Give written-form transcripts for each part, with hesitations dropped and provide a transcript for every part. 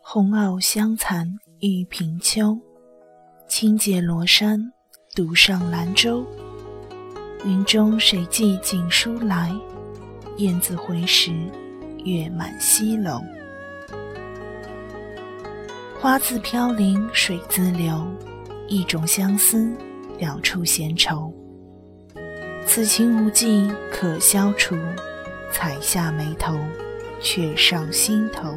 红袄香残玉屏秋，轻解罗衫，独上兰舟。云中谁寄锦书来？雁字回时，月满西楼。花自飘零水自流，一种相思，两处闲愁。此情无计可消除，采下眉头，却上心头。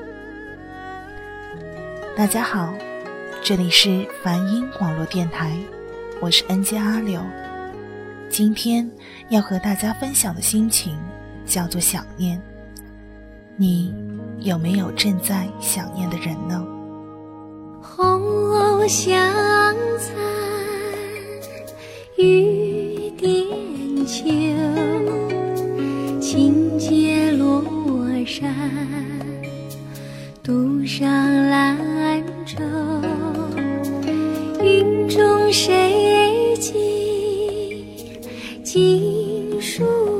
大家好，这里是梵音网络电台，我是恩佳阿柳。今天要和大家分享的心情叫做想念。你有没有正在想念的人呢？ 红藕香残玉点秋，轻解罗衫，独上兰舟。云中谁寄锦书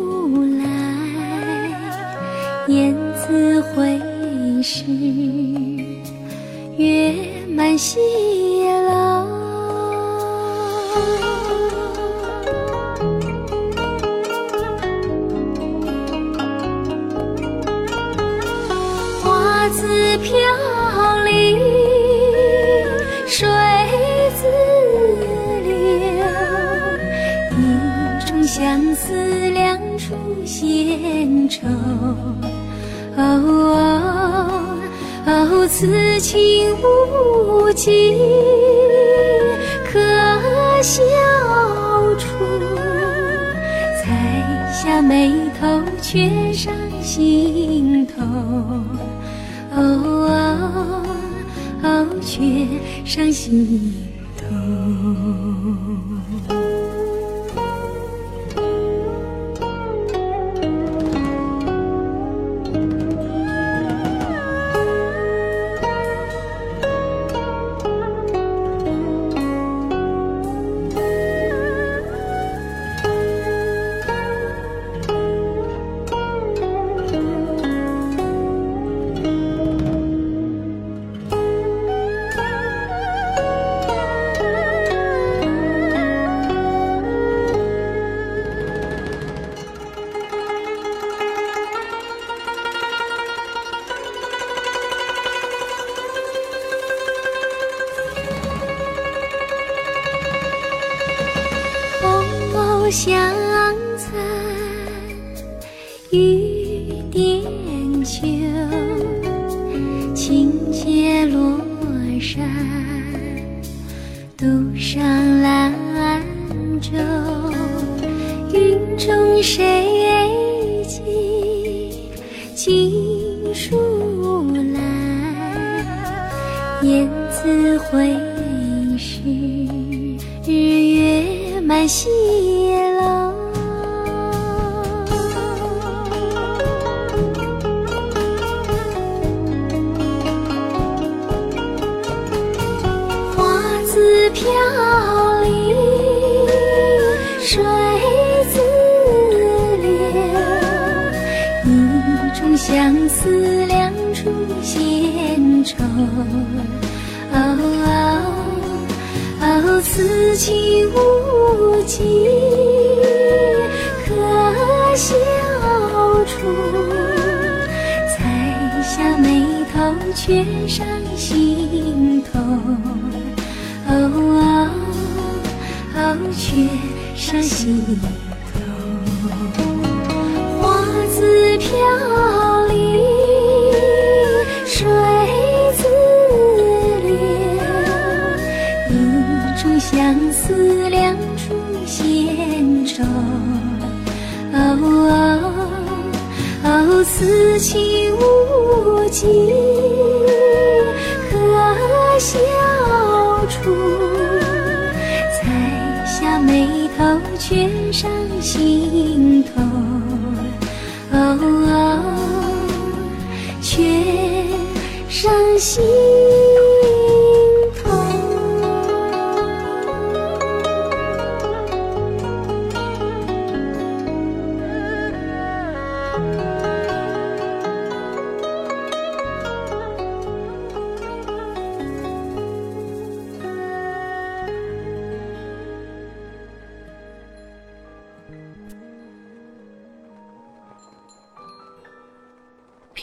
来？雁字回时，月满西楼。花自飘零水自流，一种相思，两处闲愁。此情无计可消除，采下眉头，却上心头。却上心头。香残玉点秋，轻解罗衫，独上兰舟。云中谁寄锦书来？雁字回时，月满西楼。花自飘零水自流，一种相思，两处闲愁。此情无计可消除，采下眉头，却上心头。却上心头。花自飘零水自相思，两处闲愁。此情无计可消除，采下眉头，却上心头。却上心头。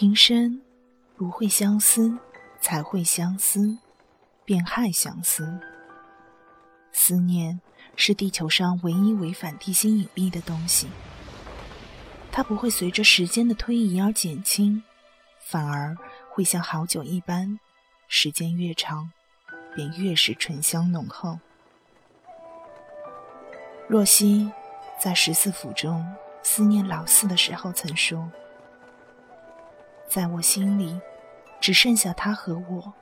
平生不会相思，才会相思，便害相思。思念是地球上唯一违反地心引力的东西，它不会随着时间的推移而减轻，反而会像好酒一般，时间越长便越是醇香浓厚。若曦在14府中思念老四的时候曾说，在我心里只剩下他和我，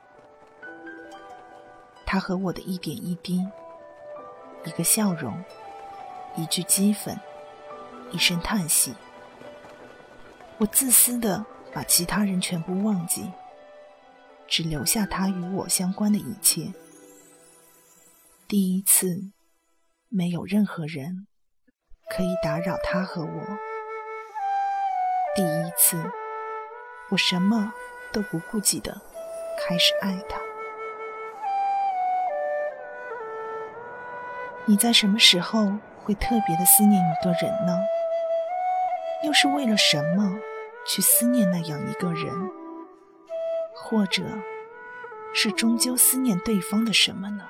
他和我的一点一滴，一个笑容，一句讥讽，一声叹息。我自私地把其他人全部忘记，只留下他与我相关的一切。第一次，没有任何人可以打扰他和我。第一次，我什么都不顾忌地开始爱他。你在什么时候会特别的思念一个人呢？又是为了什么去思念那样一个人？或者是终究思念对方的什么呢？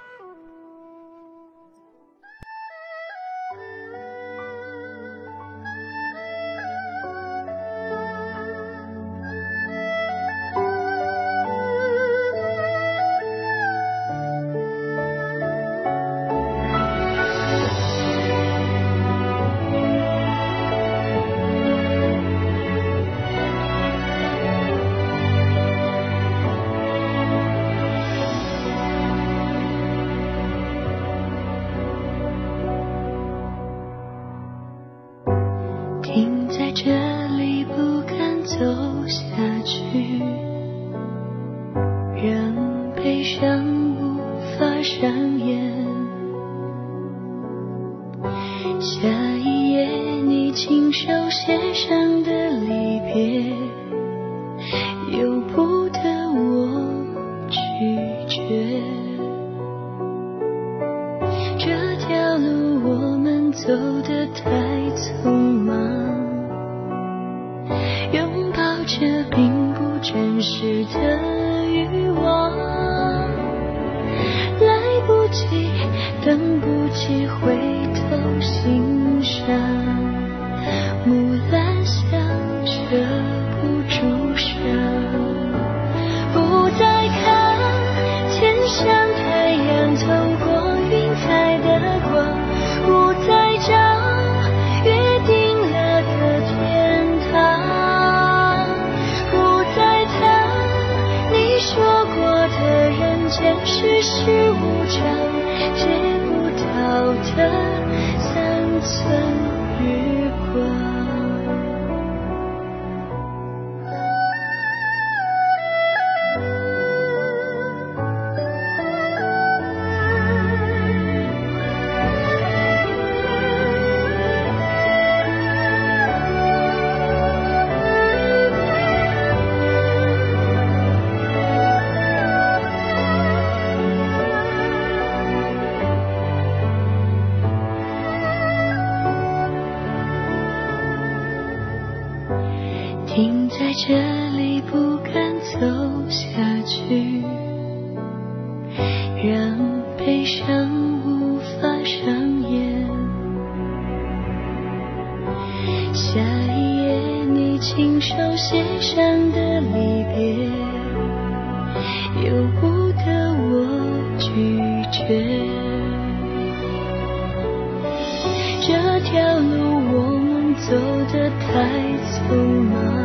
停在这里不敢走下去，让悲伤无法上演。下一页你亲手写上的离别，由不得我拒绝。这条路我们走得太匆忙，拥抱着并不真实的欲望，来不及，等不及回头欣赏，木兰香遮不住伤。不再看天上太阳透过云彩的光，不再找约定了的天堂，不再谈你说过的人间世事无常，借不到的三寸日光。停在这里不敢走下去，让悲伤无法上演。下一页你亲手写上的离别，由不得我拒绝。这条路我们走得太匆忙，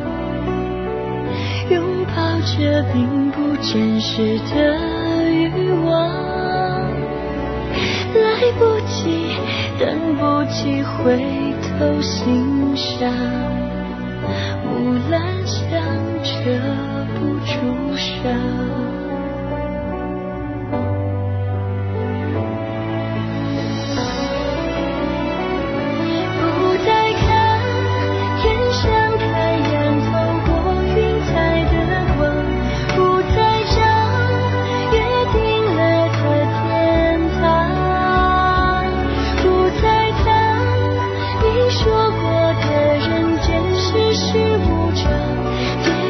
拥抱着并不真实的欲望，来不及，等不及回头欣赏，木兰香遮不住伤。说过的人间世事无常，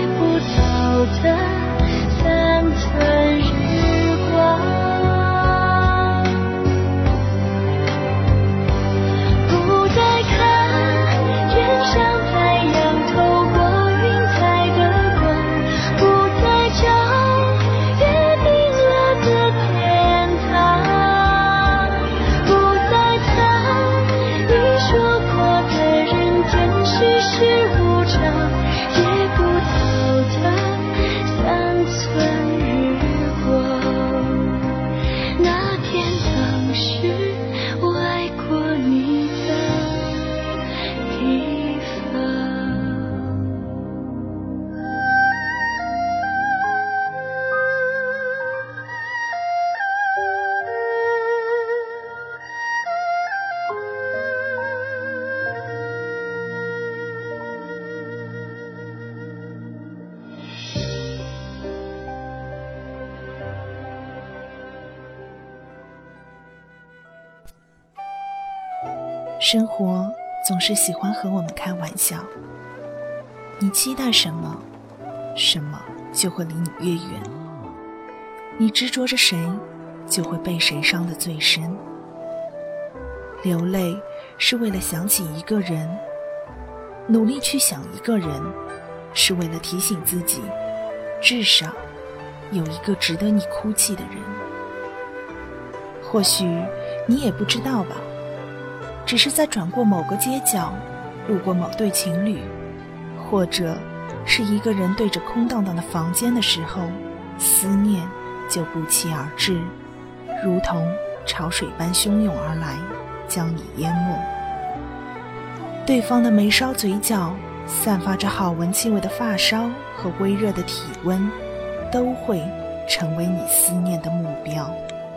生活总是喜欢和我们开玩笑，你期待什么，什么就会离你越远。你执着着谁，就会被谁伤得最深。流泪是为了想起一个人，努力去想一个人，是为了提醒自己，至少有一个值得你哭泣的人。或许你也不知道吧，只是在转过某个街角，路过某对情侣，或者是一个人对着空荡荡的房间的时候，思念就不期而至，如同潮水般汹涌而来，将你淹没。对方的眉梢嘴角散发着好闻气味的发梢和微热的体温，都会成为你思念的目标。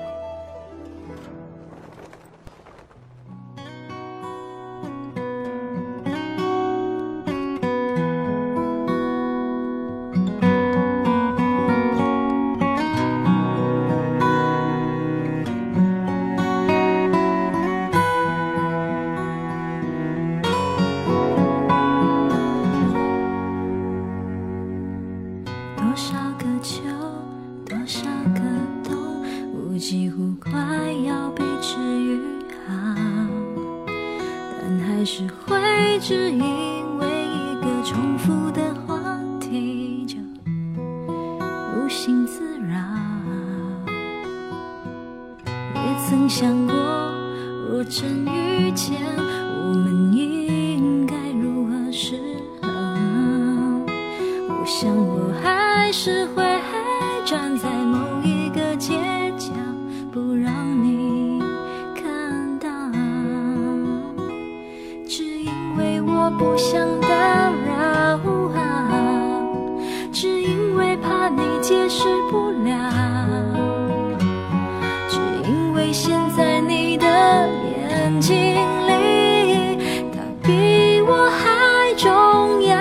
多少个秋，多少个冬，我几乎快要被治愈好，但还是会只因为一个重复的话题就无心自扰。也曾想过，若真遇见，我们应该如何是好。我想我还是会站在某一个街角，不让你看到，只因为我不想打扰，只因为怕你解释不了，只因为现在你的眼睛里，它比我还重要。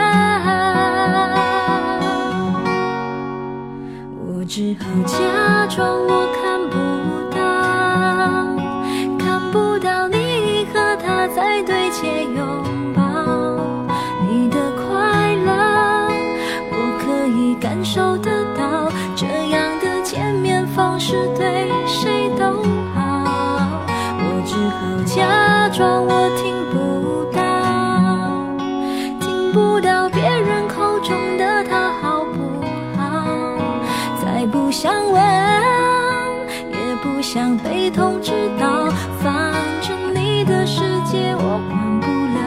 只好假装我看不到，看不到你和他在对街拥抱。你的快乐我可以感受得到，这样的见面方式对谁都好。我只好假装我听不到，听不到别人口中的他好不好。再不想问，也不想被通知到，反正你的世界我管不了。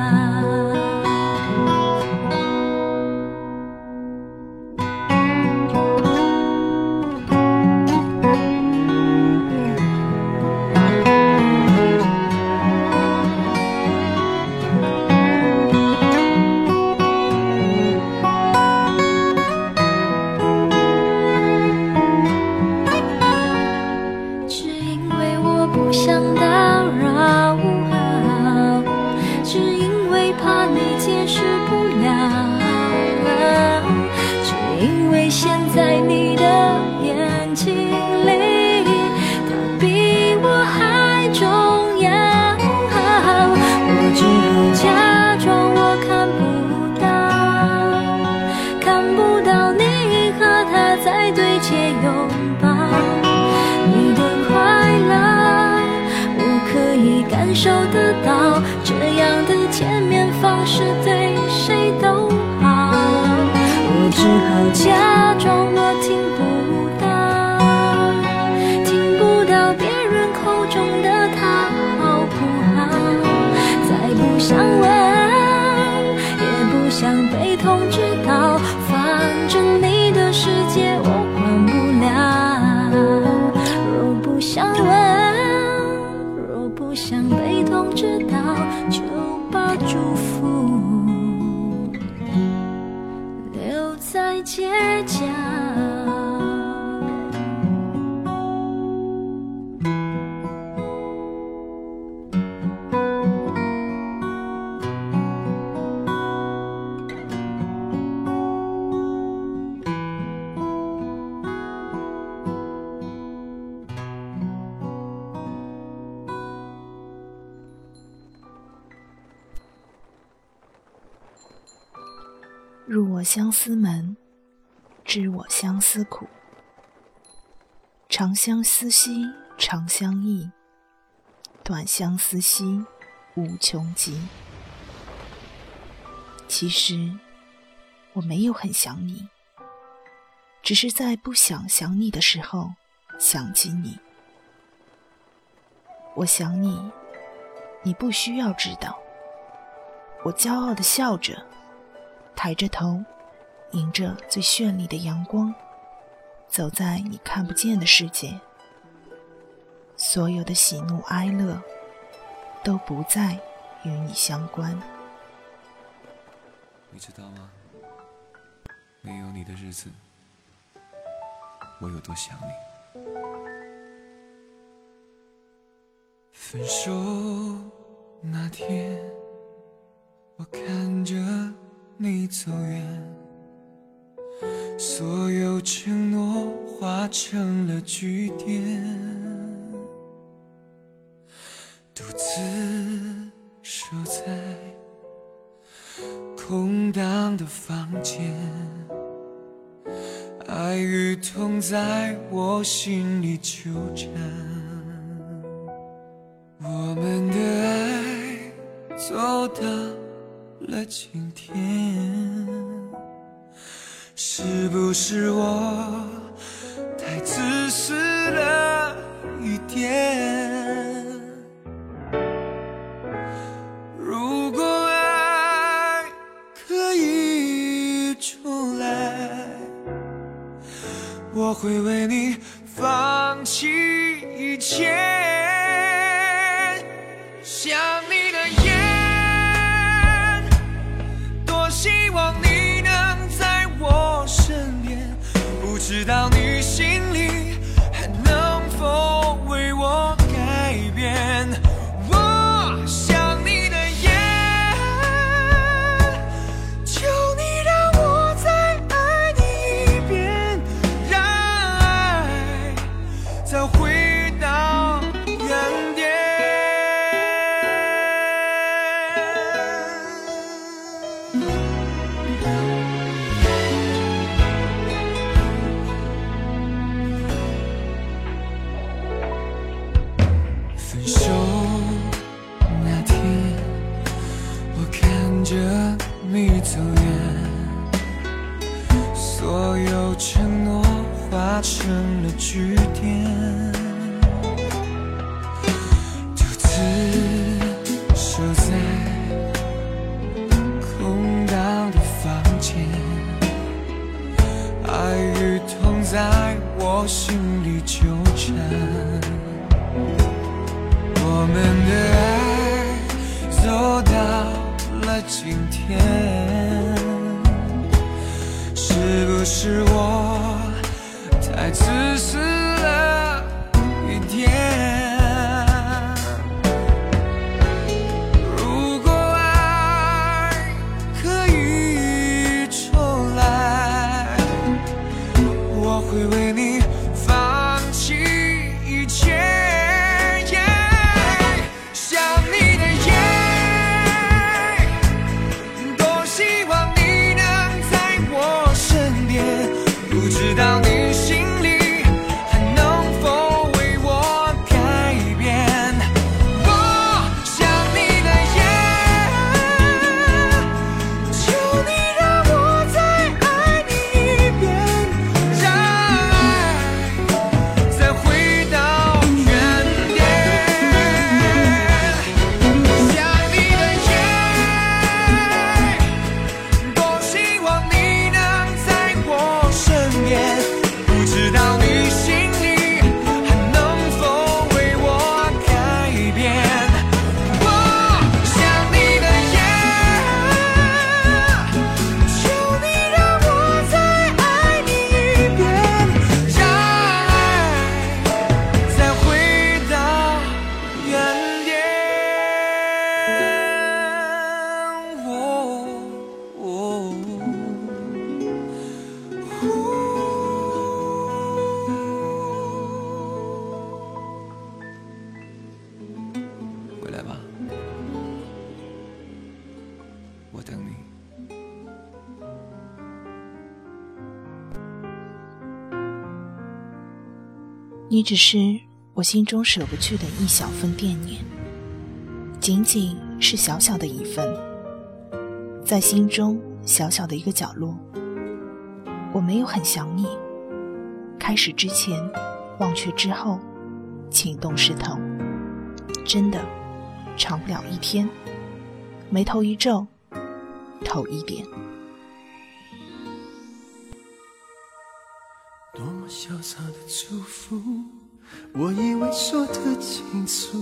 现在你的眼睛里，它比我还重要。我只好假装我看不到，看不到你和他在对街拥抱。你的快乐我可以感受得到，这样的见面方式对谁都好。我只好假装我听不到，听不到别人口中的他好不好。再不想问，也不想被通知到，反正你的世界我管不了。若不想问，若不想被通知到，就把祝福在街角。 入我相思门，知我相思苦。长相思兮长相忆，短相思兮无穷极。其实我没有很想你，只是在不想想你的时候想起你。我想你，你不需要知道。我骄傲地笑着，抬着头，迎着最绚丽的阳光，走在你看不见的世界。所有的喜怒哀乐都不再与你相关。 你知道吗？没有你的日子，我有多想你。分手那天，我看着你走远，所有承诺化成了句点，独自守在空荡的房间，爱与痛在我心里纠缠。我们的爱走到了今天，是不是我太自私了一点？如果爱可以重来，我会为你放弃一切。想你的眼，多希望你能在我身边，不知道你心里还能否为我改变。我想你的眼，求你让我再爱你一遍，让爱再回到原点。分手那天，我看着你走远，所有承诺化成了句点，独自守在空荡的房间，爱与痛在我心里纠缠。我们的爱走到了今天，是不是我太自私了一点？如果爱可以重来，我会为你放弃一切。不知道你心里还能否为我改变。我想你的眼，求你让我再爱你一遍，让爱再回到原点。想你的眼，多希望你能在我身边，不知道你心里还能否为我改变。我想你的眼，求你让我再爱你一遍，让爱再回到原点。回来吧，我等你。 你只是我心中舍不去的一小份惦念，仅仅是小小的一份，在心中小小的一个角落。我没有很想你，开始之前，忘却之后，情动是疼，真的长不了一天，眉头一皱，头一点。 多么潇洒的祝福，我以为说得清楚，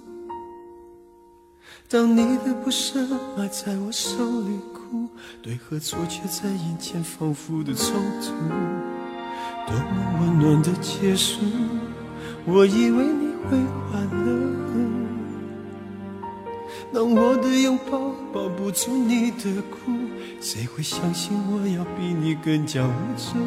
当你的不舍埋在我手里哭，对和错却在眼前反复的冲突，多么温暖的结束，我以为你会快乐，当我的拥抱抱不住你的哭，谁会相信我要比你更加无助？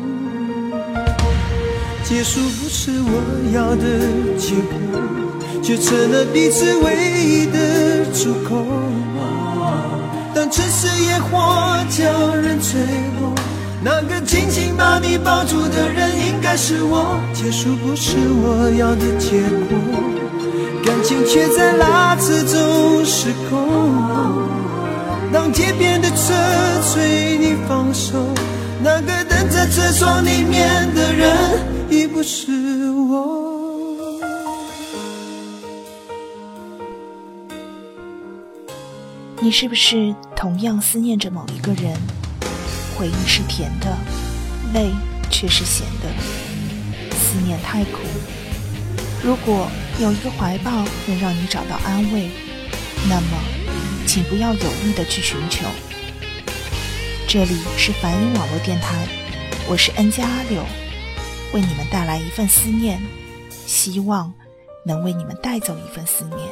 结束不是我要的结果，却成了彼此唯一的出口。当城市野火叫人坠落，那个紧紧把你抱住的人应该是我。结束不是我要的结果，感情却在拉扯中失控。当街边的车催你放手，那个等在车窗里面的人已不是我。 你是不是同样思念着某一个人？回忆是甜的，泪却是咸的，思念太苦。如果有一个怀抱能让你找到安慰，那么请不要有意的去寻求。这里是梵音网络电台，我是恩加阿柳，为你们带来一份思念，希望能为你们带走一份思念。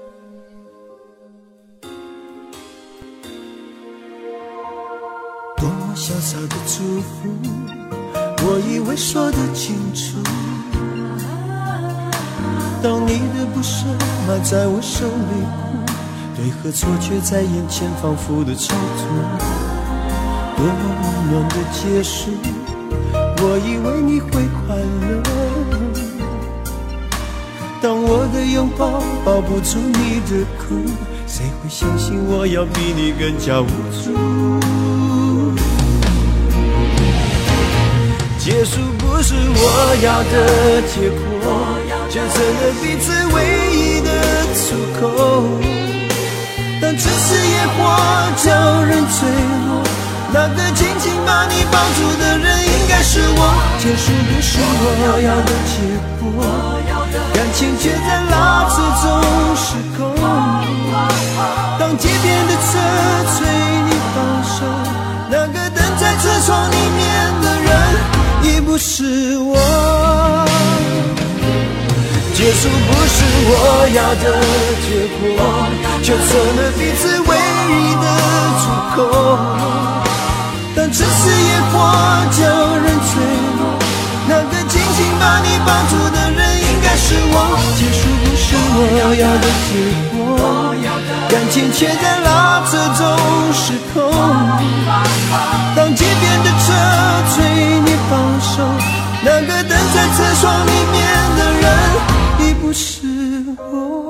多么潇洒的祝福，我以为说得清楚，当你的不舍埋在我手里哭，对和错却在眼前反复的冲突，多么温暖的结束，我以为你会快乐，当我的拥抱抱不住你的哭，谁会相信我要比你更加无助？结束不是我要的结果，却成了彼此唯一的出口。当城市野火叫人坠落，那个紧紧把你抱住的人应该是我。结束不是我要的结果，感情却在拉扯中失控。当街边的车催你放手，那个等在车窗里面的人已不是我。结束不是我要的结果，却成了彼此唯一的出口。当城市野火叫人坠落，那个紧紧把你抱住的人应该是我。结束不是我要的结果，感情却在拉扯中失控。当街边的车催你放手，那个等在车窗里面的人已不是我。